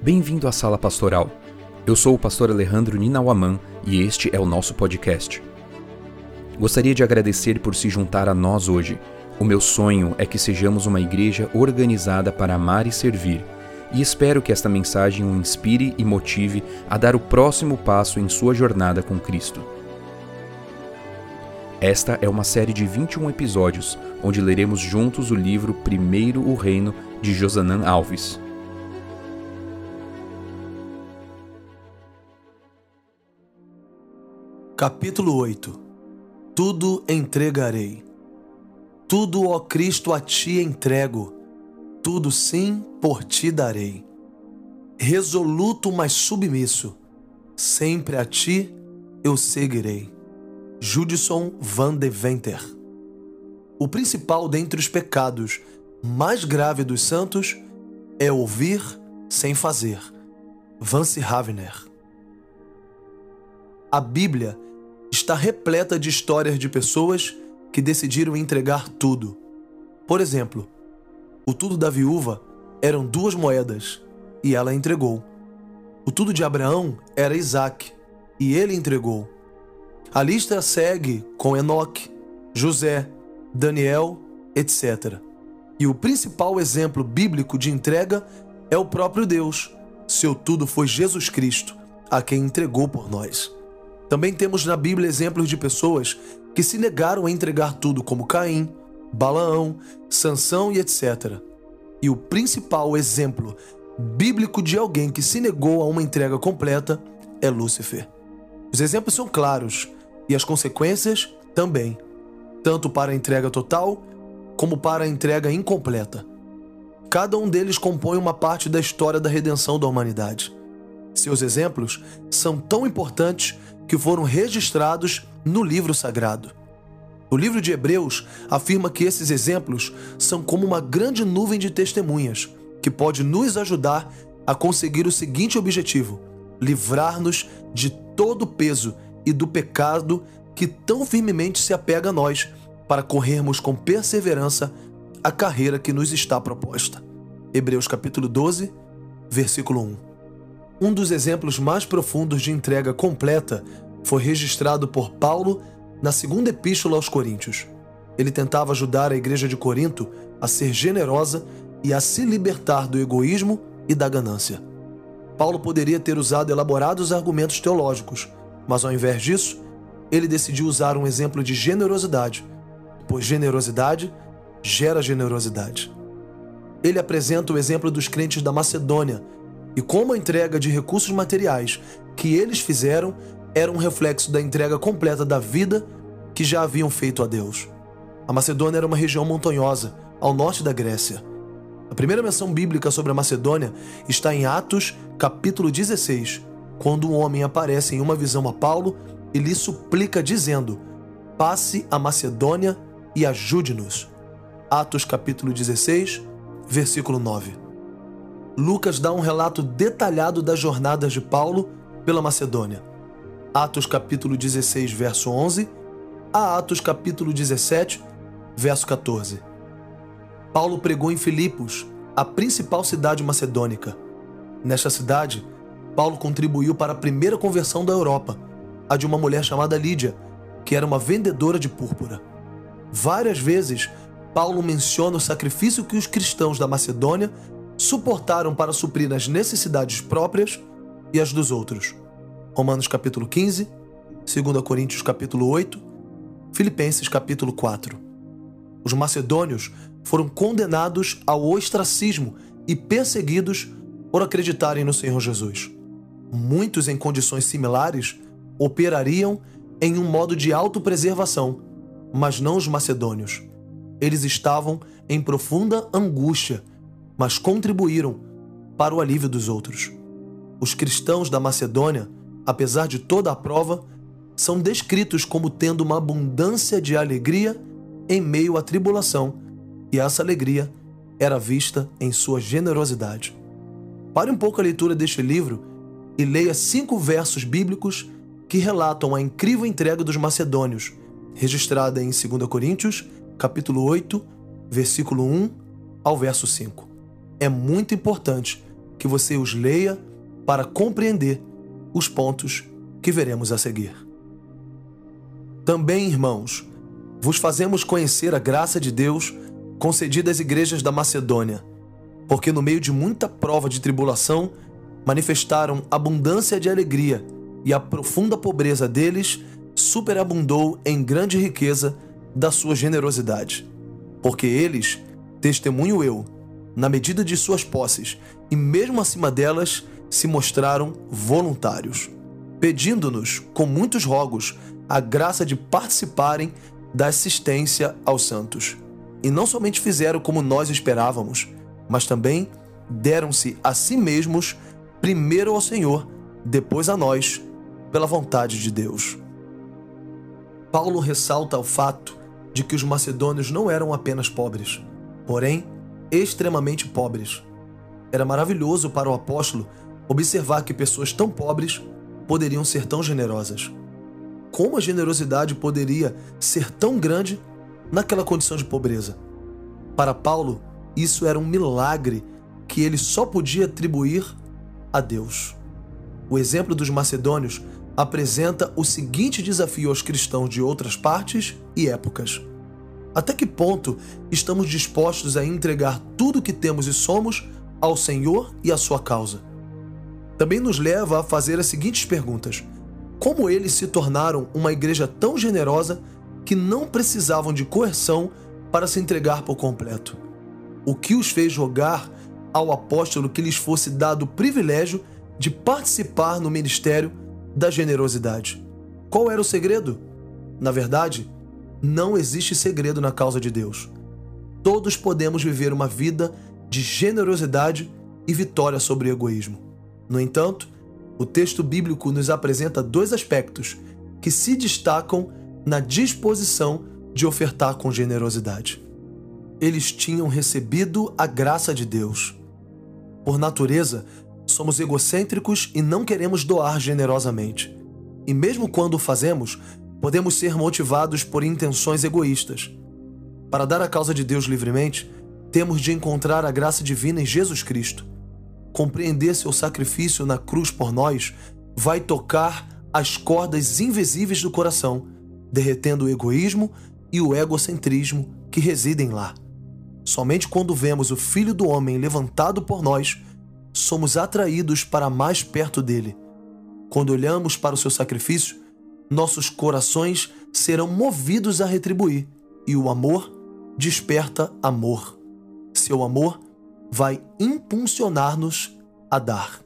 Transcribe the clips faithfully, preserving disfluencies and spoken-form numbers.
Bem-vindo à Sala Pastoral. Eu sou o pastor Alejandro Ninauaman e este é o nosso podcast. Gostaria de agradecer por se juntar a nós hoje. O meu sonho é que sejamos uma igreja organizada para amar e servir, e espero que esta mensagem o inspire e motive a dar o próximo passo em sua jornada com Cristo. Esta é uma série de vinte e um episódios, onde leremos juntos o livro Primeiro o Reino, de Josanã Alves. Capítulo oito. Tudo entregarei. Tudo, ó Cristo, a ti entrego. Tudo sim por ti darei. Resoluto, mas submisso, sempre a ti eu seguirei. Judson Van de Venter. O principal dentre os pecados mais grave dos santos é ouvir sem fazer. Vance Havner. A Bíblia está repleta de histórias de pessoas que decidiram entregar tudo. Por exemplo, o tudo da viúva eram duas moedas e ela entregou. O tudo de Abraão era Isaac e ele entregou. A lista segue com Enoque, José, Daniel, etcétera. E o principal exemplo bíblico de entrega é o próprio Deus. Seu tudo foi Jesus Cristo, a quem entregou por nós. Também temos na Bíblia exemplos de pessoas que se negaram a entregar tudo, como Caim, Balaão, Sansão e etcétera. E o principal exemplo bíblico de alguém que se negou a uma entrega completa é Lúcifer. Os exemplos são claros e as consequências também, tanto para a entrega total como para a entrega incompleta. Cada um deles compõe uma parte da história da redenção da humanidade. Seus exemplos são tão importantes que foram registrados no livro sagrado. O livro de Hebreus afirma que esses exemplos são como uma grande nuvem de testemunhas que pode nos ajudar a conseguir o seguinte objetivo: livrar-nos de todo o peso e do pecado que tão firmemente se apega a nós, para corrermos com perseverança a carreira que nos está proposta. Hebreus capítulo doze, versículo um. Um dos exemplos mais profundos de entrega completa foi registrado por Paulo na segunda epístola aos Coríntios. Ele tentava ajudar a igreja de Corinto a ser generosa e a se libertar do egoísmo e da ganância. Paulo poderia ter usado elaborados argumentos teológicos, mas ao invés disso, ele decidiu usar um exemplo de generosidade, pois generosidade gera generosidade. Ele apresenta o exemplo dos crentes da Macedônia e como a entrega de recursos materiais que eles fizeram era um reflexo da entrega completa da vida que já haviam feito a Deus. A Macedônia era uma região montanhosa, ao norte da Grécia. A primeira menção bíblica sobre a Macedônia está em Atos, capítulo dezesseis, quando um homem aparece em uma visão a Paulo e lhe suplica dizendo: passe a Macedônia e ajude-nos. Atos, capítulo dezesseis, versículo nove. Lucas dá um relato detalhado das jornadas de Paulo pela Macedônia. Atos capítulo dezesseis, verso onze, a Atos capítulo dezessete, verso quatorze. Paulo pregou em Filipos, a principal cidade macedônica. Nesta cidade, Paulo contribuiu para a primeira conversão da Europa, a de uma mulher chamada Lídia, que era uma vendedora de púrpura. Várias vezes, Paulo menciona o sacrifício que os cristãos da Macedônia suportaram para suprir as necessidades próprias e as dos outros. Romanos capítulo quinze, dois Coríntios capítulo oito, Filipenses capítulo quatro. Os macedônios foram condenados ao ostracismo e perseguidos por acreditarem no Senhor Jesus. Muitos em condições similares operariam em um modo de autopreservação, mas não os macedônios. Eles estavam em profunda angústia, mas contribuíram para o alívio dos outros. Os cristãos da Macedônia, apesar de toda a prova, são descritos como tendo uma abundância de alegria em meio à tribulação, e essa alegria era vista em sua generosidade. Pare um pouco a leitura deste livro e leia cinco versos bíblicos que relatam a incrível entrega dos macedônios, registrada em dois Coríntios, capítulo oito, versículo um ao verso cinco. É muito importante que você os leia para compreender os pontos que veremos a seguir. Também, irmãos, vos fazemos conhecer a graça de Deus concedida às igrejas da Macedônia, porque no meio de muita prova de tribulação manifestaram abundância de alegria, e a profunda pobreza deles superabundou em grande riqueza da sua generosidade. Porque eles, testemunho eu, na medida de suas posses, e mesmo acima delas, se mostraram voluntários, pedindo-nos, com muitos rogos, a graça de participarem da assistência aos santos. E não somente fizeram como nós esperávamos, mas também deram-se a si mesmos, primeiro ao Senhor, depois a nós, pela vontade de Deus. Paulo ressalta o fato de que os macedônios não eram apenas pobres, porém extremamente pobres. Era maravilhoso para o apóstolo observar que pessoas tão pobres poderiam ser tão generosas. Como a generosidade poderia ser tão grande naquela condição de pobreza? Para Paulo, isso era um milagre que ele só podia atribuir a Deus. O exemplo dos macedônios apresenta o seguinte desafio aos cristãos de outras partes e épocas. Até que ponto estamos dispostos a entregar tudo o que temos e somos ao Senhor e à sua causa? Também nos leva a fazer as seguintes perguntas. Como eles se tornaram uma igreja tão generosa que não precisavam de coerção para se entregar por completo? O que os fez rogar ao apóstolo que lhes fosse dado o privilégio de participar no ministério da generosidade? Qual era o segredo? Na verdade, não existe segredo na causa de Deus. Todos podemos viver uma vida de generosidade e vitória sobre o egoísmo. No entanto, o texto bíblico nos apresenta dois aspectos que se destacam na disposição de ofertar com generosidade. Eles tinham recebido a graça de Deus. Por natureza, somos egocêntricos e não queremos doar generosamente. E mesmo quando o fazemos, podemos ser motivados por intenções egoístas. Para dar a causa de Deus livremente, temos de encontrar a graça divina em Jesus Cristo. Compreender seu sacrifício na cruz por nós vai tocar as cordas invisíveis do coração, derretendo o egoísmo e o egocentrismo que residem lá. Somente quando vemos o Filho do Homem levantado por nós, somos atraídos para mais perto dele. Quando olhamos para o seu sacrifício, nossos corações serão movidos a retribuir, e o amor desperta amor. Seu amor vai impulsionar-nos a dar.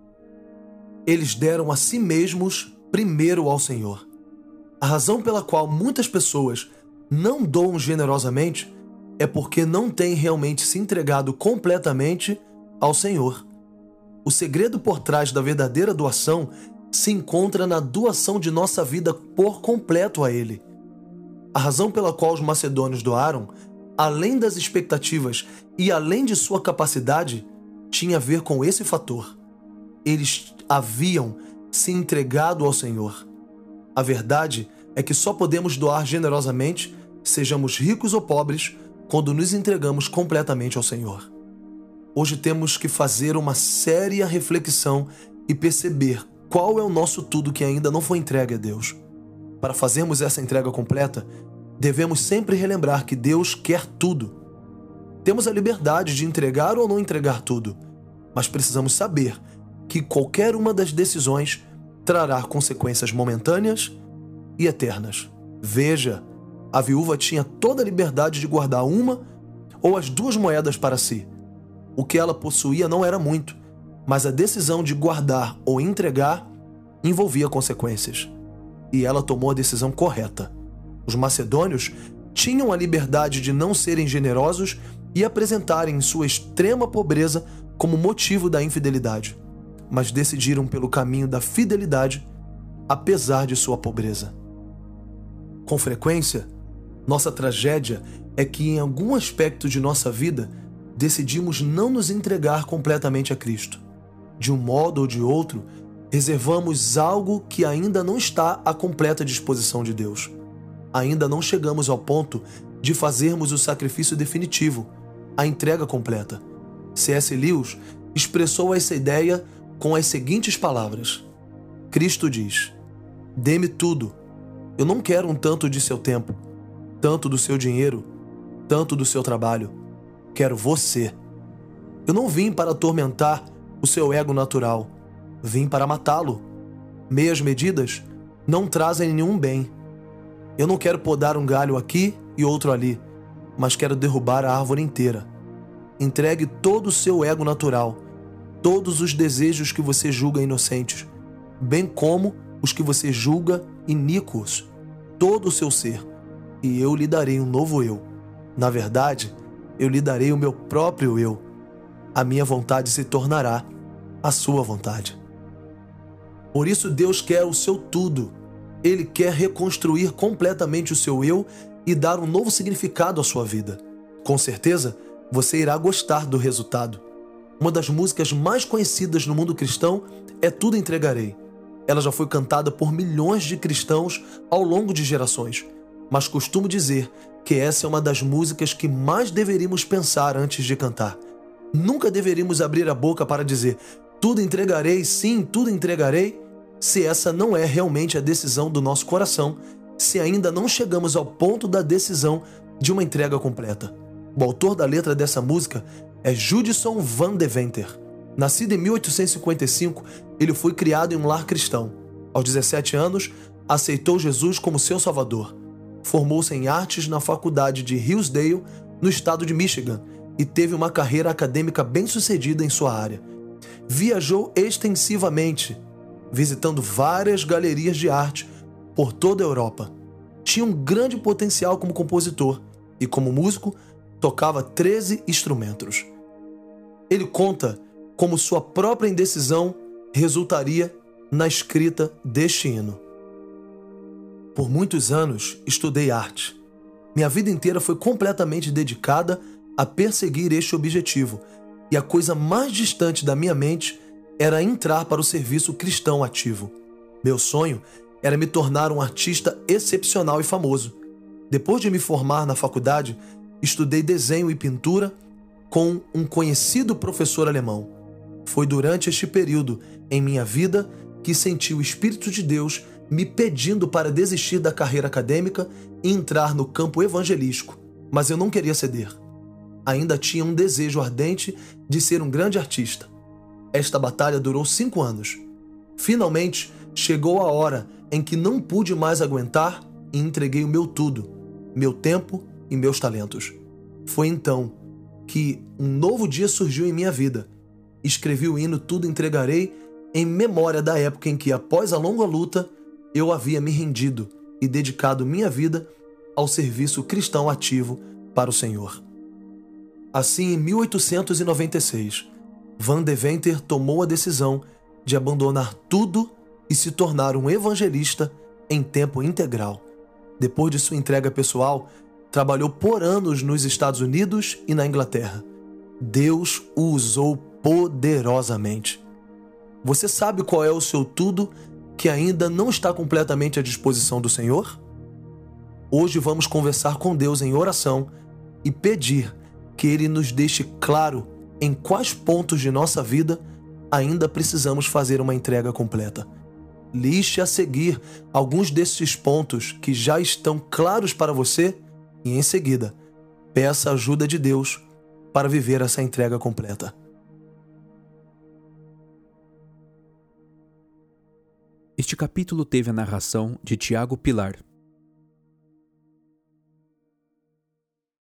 Eles deram a si mesmos primeiro ao Senhor. A razão pela qual muitas pessoas não doam generosamente é porque não têm realmente se entregado completamente ao Senhor. O segredo por trás da verdadeira doação se encontra na doação de nossa vida por completo a Ele. A razão pela qual os macedônios doaram, além das expectativas e além de sua capacidade, tinha a ver com esse fator. Eles haviam se entregado ao Senhor. A verdade é que só podemos doar generosamente, sejamos ricos ou pobres, quando nos entregamos completamente ao Senhor. Hoje temos que fazer uma séria reflexão e perceber qual é o nosso tudo que ainda não foi entregue a Deus. Para fazermos essa entrega completa, devemos sempre relembrar que Deus quer tudo. Temos a liberdade de entregar ou não entregar tudo, mas precisamos saber que qualquer uma das decisões trará consequências momentâneas e eternas. Veja, a viúva tinha toda a liberdade de guardar uma ou as duas moedas para si. O que ela possuía não era muito, mas a decisão de guardar ou entregar envolvia consequências. E ela tomou a decisão correta. Os macedônios tinham a liberdade de não serem generosos e apresentarem sua extrema pobreza como motivo da infidelidade, mas decidiram pelo caminho da fidelidade, apesar de sua pobreza. Com frequência, nossa tragédia é que em algum aspecto de nossa vida decidimos não nos entregar completamente a Cristo. De um modo ou de outro, reservamos algo que ainda não está à completa disposição de Deus. Ainda não chegamos ao ponto de fazermos o sacrifício definitivo, a entrega completa. C S Lewis expressou essa ideia com as seguintes palavras. Cristo diz: dê-me tudo. Eu não quero um tanto de seu tempo, tanto do seu dinheiro, tanto do seu trabalho. Quero você. Eu não vim para atormentar o seu ego natural. Vim para matá-lo. Meias medidas não trazem nenhum bem. Eu não quero podar um galho aqui e outro ali, mas quero derrubar a árvore inteira. Entregue todo o seu ego natural, todos os desejos que você julga inocentes, bem como os que você julga iníquos, todo o seu ser, e eu lhe darei um novo eu. Na verdade, eu lhe darei o meu próprio eu. A minha vontade se tornará a sua vontade. Por isso Deus quer o seu tudo. Ele quer reconstruir completamente o seu eu e dar um novo significado à sua vida. Com certeza, você irá gostar do resultado. Uma das músicas mais conhecidas no mundo cristão é Tudo Entregarei. Ela já foi cantada por milhões de cristãos ao longo de gerações, mas costumo dizer que essa é uma das músicas que mais deveríamos pensar antes de cantar. Nunca deveríamos abrir a boca para dizer tudo entregarei, sim, tudo entregarei, se essa não é realmente a decisão do nosso coração, se ainda não chegamos ao ponto da decisão de uma entrega completa. O autor da letra dessa música é Judson Van Deventer. Nascido em mil oitocentos e cinquenta e cinco, ele foi criado em um lar cristão. Aos dezessete anos, aceitou Jesus como seu salvador. Formou-se em artes na faculdade de Hillsdale, no estado de Michigan, e teve uma carreira acadêmica bem-sucedida em sua área. Viajou extensivamente, visitando várias galerias de arte por toda a Europa. Tinha um grande potencial como compositor e, como músico, tocava treze instrumentos. Ele conta como sua própria indecisão resultaria na escrita deste hino. Por muitos anos estudei arte. Minha vida inteira foi completamente dedicada a perseguir este objetivo, e a coisa mais distante da minha mente era entrar para o serviço cristão ativo. Meu sonho era me tornar um artista excepcional e famoso. Depois de me formar na faculdade, estudei desenho e pintura com um conhecido professor alemão. Foi durante este período em minha vida que senti o Espírito de Deus me pedindo para desistir da carreira acadêmica e entrar no campo evangelístico, mas eu não queria ceder. Ainda tinha um desejo ardente de ser um grande artista. Esta batalha durou cinco anos. Finalmente, chegou a hora em que não pude mais aguentar e entreguei o meu tudo, meu tempo e meus talentos. Foi então que um novo dia surgiu em minha vida. Escrevi o hino Tudo Entregarei em memória da época em que, após a longa luta, eu havia me rendido e dedicado minha vida ao serviço cristão ativo para o Senhor. Assim, em mil oitocentos e noventa e seis, Van Deventer tomou a decisão de abandonar tudo e se tornar um evangelista em tempo integral. Depois de sua entrega pessoal, trabalhou por anos nos Estados Unidos e na Inglaterra. Deus o usou poderosamente. Você sabe qual é o seu tudo que ainda não está completamente à disposição do Senhor? Hoje vamos conversar com Deus em oração e pedir que Ele nos deixe claro em quais pontos de nossa vida ainda precisamos fazer uma entrega completa. Liste a seguir alguns desses pontos que já estão claros para você e, em seguida, peça a ajuda de Deus para viver essa entrega completa. Este capítulo teve a narração de Tiago Pilar.